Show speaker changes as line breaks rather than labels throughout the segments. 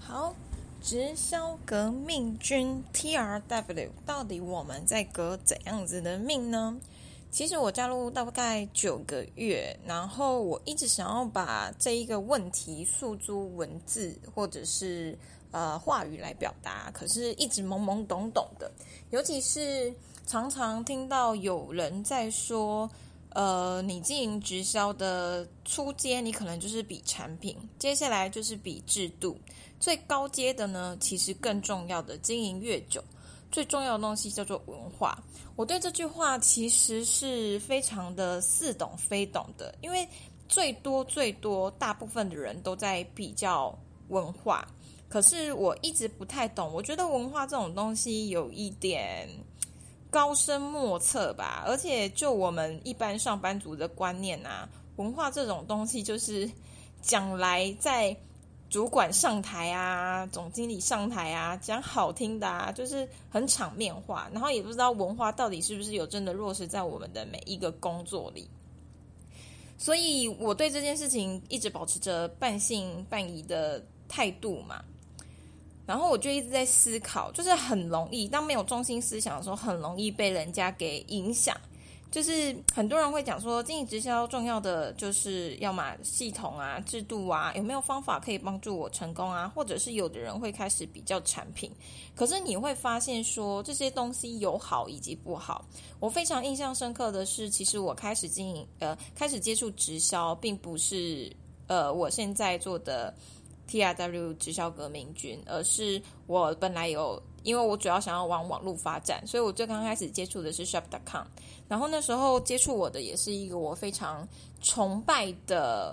好，直销革命军 TRW 到底我们在革怎样子的命呢？其实我加入大概9个月，然后我一直想要把这一个问题诉诸文字或者是话语来表达，可是一直懵懵懂懂的，尤其是常常听到有人在说你经营直销的初阶，你可能就是比产品，接下来就是比制度，最高阶的呢，其实更重要的，经营越久，最重要的东西叫做文化。我对这句话其实是非常的似懂非懂的，因为最多大部分的人都在比较文化，可是我一直不太懂，我觉得文化这种东西有一点高深莫测吧，而且就我们一般上班族的观念啊，文化这种东西就是讲来在主管上台啊，总经理上台啊，讲好听的啊，就是很场面化，然后也不知道文化到底是不是有真的落实在我们的每一个工作里。所以我对这件事情一直保持着半信半疑的态度嘛。然后我就一直在思考，就是很容易，当没有中心思想的时候，很容易被人家给影响。就是很多人会讲说，经营直销重要的就是要么系统啊、制度啊，有没有方法可以帮助我成功啊？或者是有的人会开始比较产品，可是你会发现说这些东西有好以及不好。我非常印象深刻的是，其实我开始开始接触直销，并不是我现在做的TRW 直销革命军，而是我本来因为我主要想要往网络发展，所以我最刚开始接触的是 shop.com， 然后那时候接触我的也是一个我非常崇拜的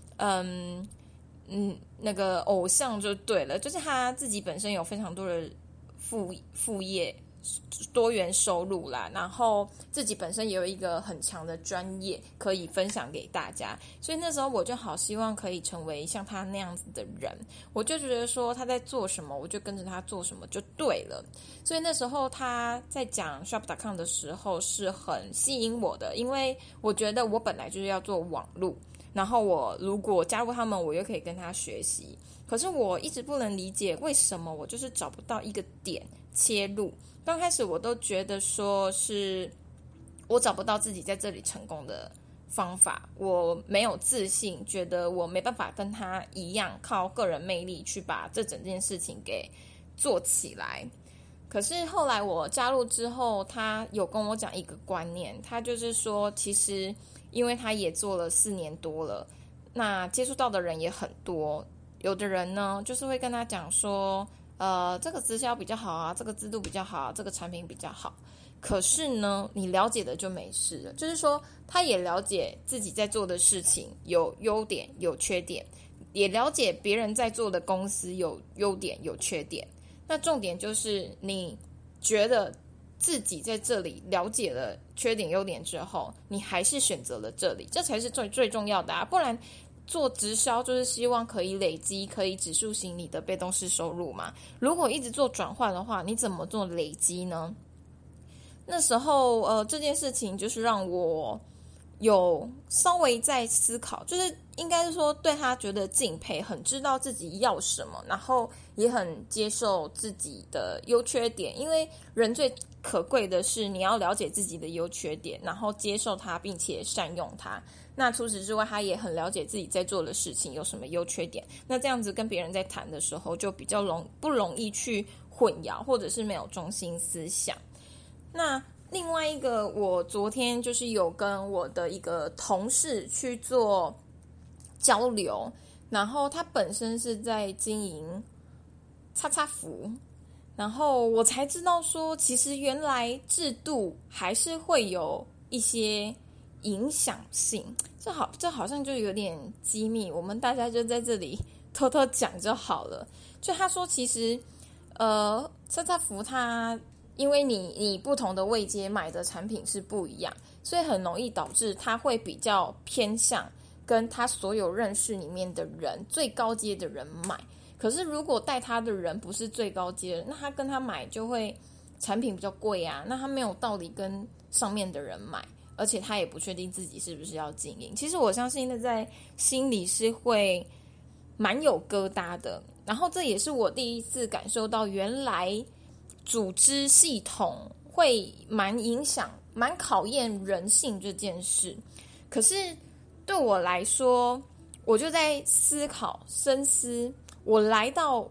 那个偶像就对了，就是他自己本身有非常多的副业多元收入啦，然后自己本身也有一个很强的专业可以分享给大家，所以那时候我就好希望可以成为像他那样子的人，我就觉得说他在做什么我就跟着他做什么就对了。所以那时候他在讲 shop.com 的时候是很吸引我的，因为我觉得我本来就是要做网路，然后我如果加入他们我又可以跟他学习，可是我一直不能理解为什么我就是找不到一个点切入。刚开始我都觉得说是我找不到自己在这里成功的方法，我没有自信，觉得我没办法跟他一样靠个人魅力去把这整件事情给做起来。可是后来我加入之后，他有跟我讲一个观念，他就是说其实因为他也做了4年多了，那接触到的人也很多，有的人呢就是会跟他讲说这个直销比较好啊，这个制度比较好啊，这个产品比较好。可是呢，你了解的就没事了。就是说，他也了解自己在做的事情有优点有缺点，也了解别人在做的公司有优点有缺点。那重点就是你觉得自己在这里了解了缺点优点之后，你还是选择了这里，这才是最重要的啊！不然做直销就是希望可以累积，可以指数型你的被动式收入嘛。如果一直做转换的话，你怎么做累积呢？那时候这件事情就是让我有稍微在思考，就是应该是说对他觉得敬佩，很知道自己要什么，然后也很接受自己的优缺点，因为人最可贵的是你要了解自己的优缺点，然后接受它并且善用它。那除此之外，他也很了解自己在做的事情有什么优缺点，那这样子跟别人在谈的时候就比较不容易去混淆，或者是没有中心思想。那另外一个，我昨天就是有跟我的一个同事去做交流，然后他本身是在经营叉叉服，然后我才知道说，其实原来制度还是会有一些影响性，这好像就有点机密，我们大家就在这里偷偷讲就好了。就他说，其实叉叉服它因为你不同的位阶买的产品是不一样，所以很容易导致他会比较偏向跟他所有认识里面的人最高阶的人买。可是如果带他的人不是最高阶的，那他跟他买就会产品比较贵啊，那他没有道理跟上面的人买，而且他也不确定自己是不是要经营。其实我相信那在心里是会蛮有疙瘩的， 然后这也是我第一次感受到，原来组织系统会蛮影响、蛮考验人性这件事。可是对我来说，我就在思考、深思，我来到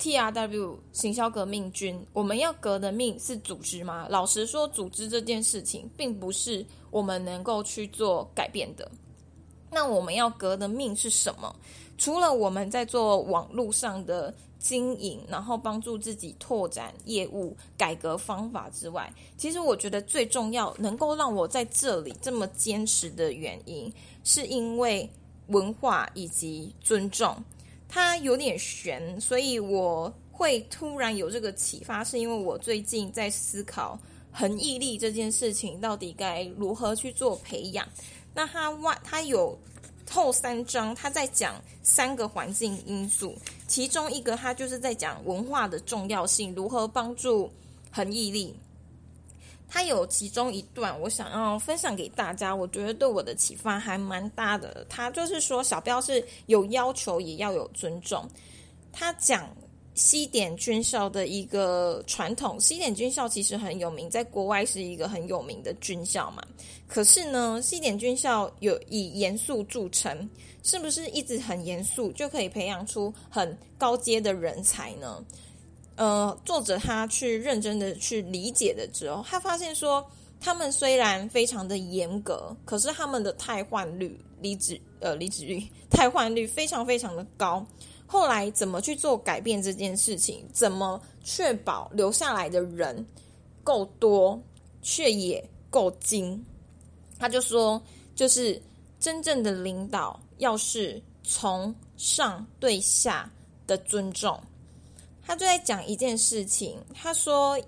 TRW 行销革命军，我们要革的命是组织吗？老实说，组织这件事情并不是我们能够去做改变的。那我们要革的命是什么？除了我们在做网络上的经营，然后帮助自己拓展业务、改革方法之外，其实我觉得最重要能够让我在这里这么坚持的原因，是因为文化以及尊重。它有点悬，所以我会突然有这个启发，是因为我最近在思考恒毅力这件事情到底该如何去做培养。那它有后3章，他在讲3个环境因素，其中一个他就是在讲文化的重要性，如何帮助恒毅力。他有其中一段我想要分享给大家，我觉得对我的启发还蛮大的。他就是说小标是有要求也要有尊重。他讲西点军校的一个传统，西点军校其实很有名，在国外是一个很有名的军校嘛。可是呢，西点军校有以严肃著称，是不是一直很严肃就可以培养出很高阶的人才呢？作者他去认真的去理解的之后，他发现说，他们虽然非常的严格，可是他们的汰换率、离职率、汰换率非常非常的高。后来怎么去做改变这件事情？怎么确保留下来的人够多，却也够精？他就说，就是真正的领导要是从上对下的尊重。他就在讲一件事情，他说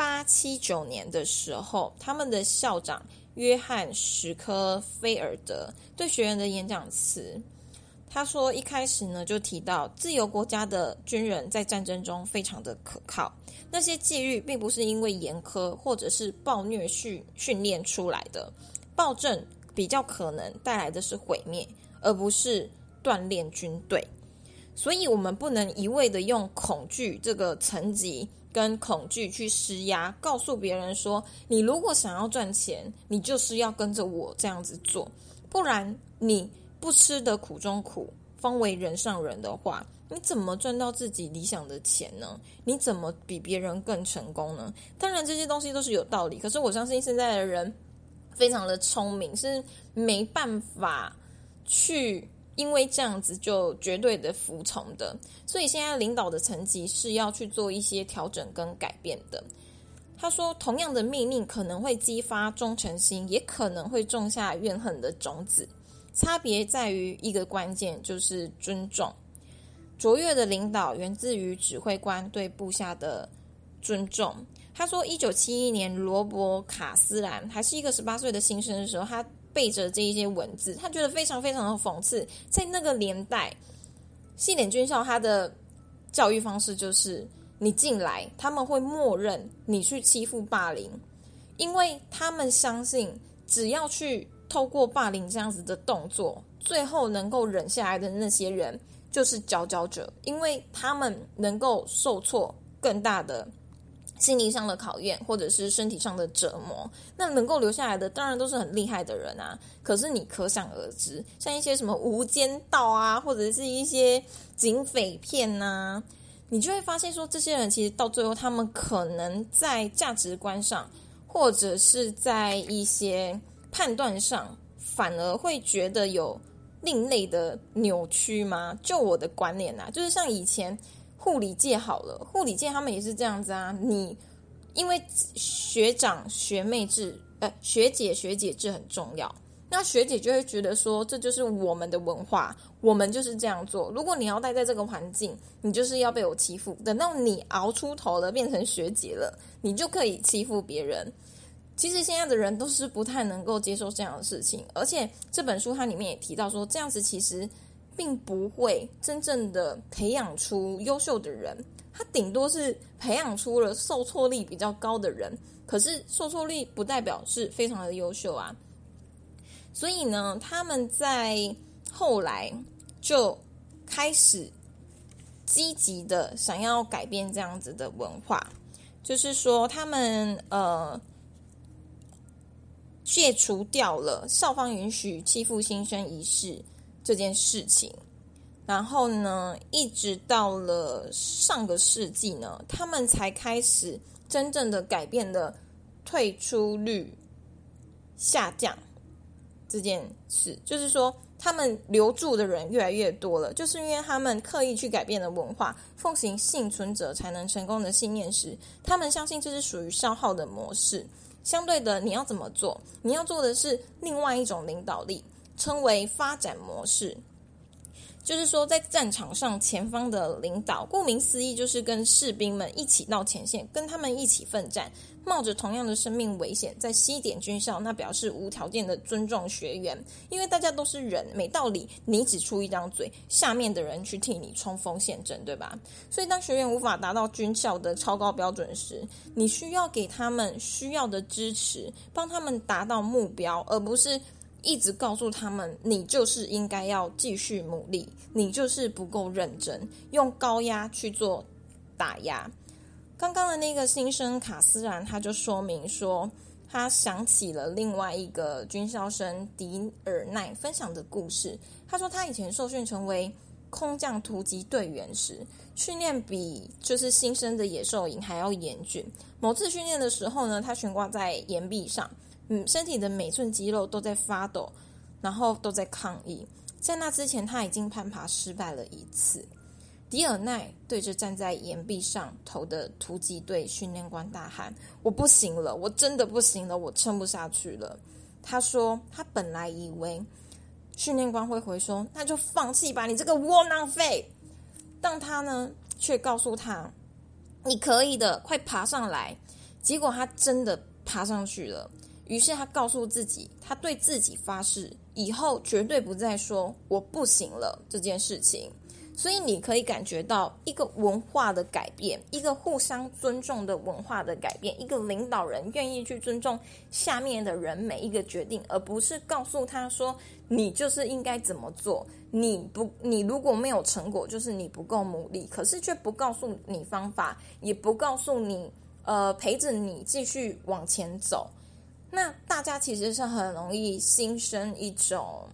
1879年的时候，他们的校长约翰史科菲尔德对学员的演讲词，他说一开始呢就提到自由国家的军人在战争中非常的可靠，那些纪律并不是因为严苛或者是暴虐训练出来的，暴政比较可能带来的是毁灭，而不是锻炼军队。所以我们不能一味的用恐惧这个层级跟恐惧去施压，告诉别人说，你如果想要赚钱，你就是要跟着我这样子做，不然你不吃得苦中苦，方为人上人的话，你怎么赚到自己理想的钱呢？你怎么比别人更成功呢？当然这些东西都是有道理，可是我相信现在的人非常的聪明，是没办法去因为这样子就绝对的服从的，所以现在领导的层级是要去做一些调整跟改变的。他说，同样的命令可能会激发忠诚心，也可能会种下怨恨的种子，差别在于一个关键，就是尊重。卓越的领导源自于指挥官对部下的尊重。他说1971年罗伯卡斯兰还是一个18岁的新生的时候，他背着这一些文字，他觉得非常非常的讽刺。在那个年代，西点军校他的教育方式就是你进来，他们会默认你去欺负霸凌，因为他们相信只要去透过霸凌这样子的动作，最后能够忍下来的那些人就是佼佼者，因为他们能够受挫更大的心理上的考验，或者是身体上的折磨，那能够留下来的当然都是很厉害的人啊。可是你可想而知，像一些什么无间道啊，或者是一些警匪片啊，你就会发现说，这些人其实到最后，他们可能在价值观上，或者是在一些判断上，反而会觉得有另类的扭曲吗？就我的观念啊，就是像以前护理界好了，护理界他们也是这样子啊。你因为学长学妹制，学姐学姐制很重要，那学姐就会觉得说，这就是我们的文化，我们就是这样做。如果你要待在这个环境，你就是要被我欺负。等到你熬出头了，变成学姐了，你就可以欺负别人。其实现在的人都是不太能够接受这样的事情，而且这本书它里面也提到说，这样子其实并不会真正的培养出优秀的人，他顶多是培养出了受挫力比较高的人，可是受挫力不代表是非常的优秀啊。所以呢，他们在后来就开始积极的想要改变这样子的文化，就是说他们戒除掉了校方允许欺负新生一事这件事情。然后呢，一直到了上个世纪呢，他们才开始真正的改变了退出率下降这件事。就是说他们留住的人越来越多了，就是因为他们刻意去改变了文化，奉行幸存者才能成功的信念时，他们相信这是属于消耗的模式。相对的，你要怎么做？你要做的是另外一种领导力，称为发展模式。就是说在战场上前方的领导，顾名思义就是跟士兵们一起到前线，跟他们一起奋战，冒着同样的生命危险在西点军校，那表示无条件的尊重学员，因为大家都是人，没道理你只出一张嘴，下面的人去替你冲锋陷阵，对吧？所以当学员无法达到军校的超高标准时，你需要给他们需要的支持，帮他们达到目标，而不是一直告诉他们你就是应该要继续努力，你就是不够认真，用高压去做打压。刚刚的那个新生卡斯兰他就说明说，他想起了另外一个军校生迪尔奈分享的故事。他说他以前受训成为空降突击队员时，训练比就是新生的野兽营还要严峻。某次训练的时候呢，他悬挂在岩壁上，身体的每寸肌肉都在发抖，然后都在抗议。在那之前，他已经攀爬失败了一次。迪尔奈对着站在岩壁上头的突击队训练官大喊：“我不行了，我真的不行了，我撑不下去了。”他说，他本来以为训练官会回说：“那就放弃吧，你这个窝囊废。”但他呢，却告诉他：“你可以的，快爬上来。”结果他真的爬上去了。于是他告诉自己，他对自己发誓，以后绝对不再说我不行了这件事情。所以你可以感觉到一个文化的改变，一个互相尊重的文化的改变，一个领导人愿意去尊重下面的人每一个决定，而不是告诉他说你就是应该怎么做，你如果没有成果就是你不够努力，可是却不告诉你方法，也不告诉你陪着你继续往前走。那大家其实是很容易心生一种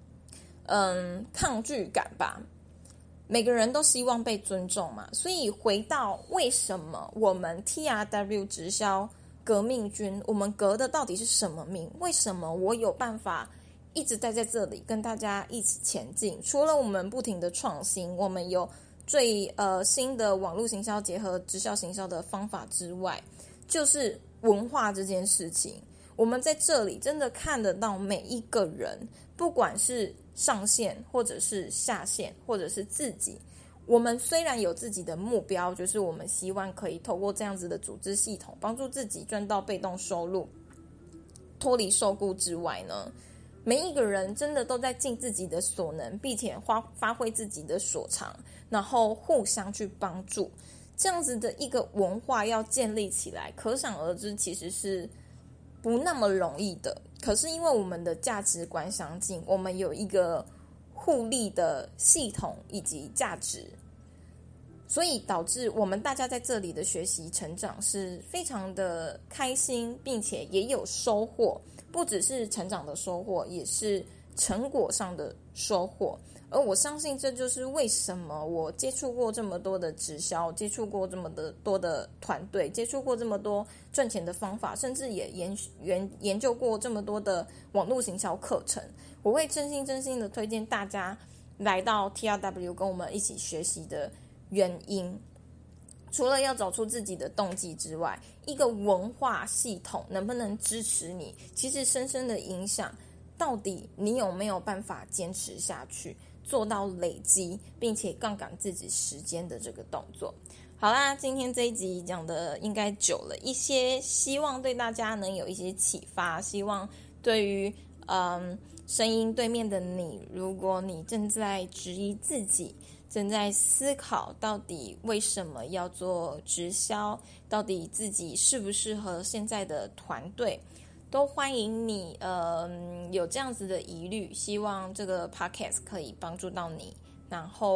抗拒感吧。每个人都希望被尊重嘛，所以回到为什么我们 TRW 直销革命军，我们革的到底是什么命？为什么我有办法一直待在这里跟大家一起前进？除了我们不停的创新，我们有最新的网络行销结合直销行销的方法之外，就是文化这件事情。我们在这里真的看得到每一个人，不管是上线或者是下线或者是自己，我们虽然有自己的目标，就是我们希望可以透过这样子的组织系统帮助自己赚到被动收入，脱离受雇之外呢，每一个人真的都在尽自己的所能，并且发挥自己的所长，然后互相去帮助。这样子的一个文化要建立起来，可想而知其实是不那么容易的。可是因为我们的价值观相近，我们有一个互利的系统以及价值，所以导致我们大家在这里的学习成长是非常的开心，并且也有收获，不只是成长的收获，也是成果上的收获。而我相信这就是为什么我接触过这么多的直销，接触过这么多的团队，接触过这么多赚钱的方法，甚至也研究过这么多的网络行销课程，我会真心的推荐大家来到 TRW 跟我们一起学习的原因。除了要找出自己的动机之外，一个文化系统能不能支持你，其实深深的影响到底你有没有办法坚持下去，做到累积，并且杠杆自己时间的这个动作。好啦，今天这一集讲的应该久了一些，希望对大家能有一些启发，希望对于声音对面的你，如果你正在质疑自己，正在思考到底为什么要做直销，到底自己适不适合现在的团队，都欢迎你有这样子的疑虑，希望这个 podcast 可以帮助到你，然后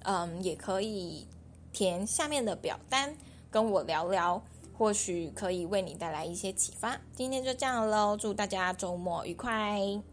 也可以填下面的表单跟我聊聊，或许可以为你带来一些启发。今天就这样咯，祝大家周末愉快。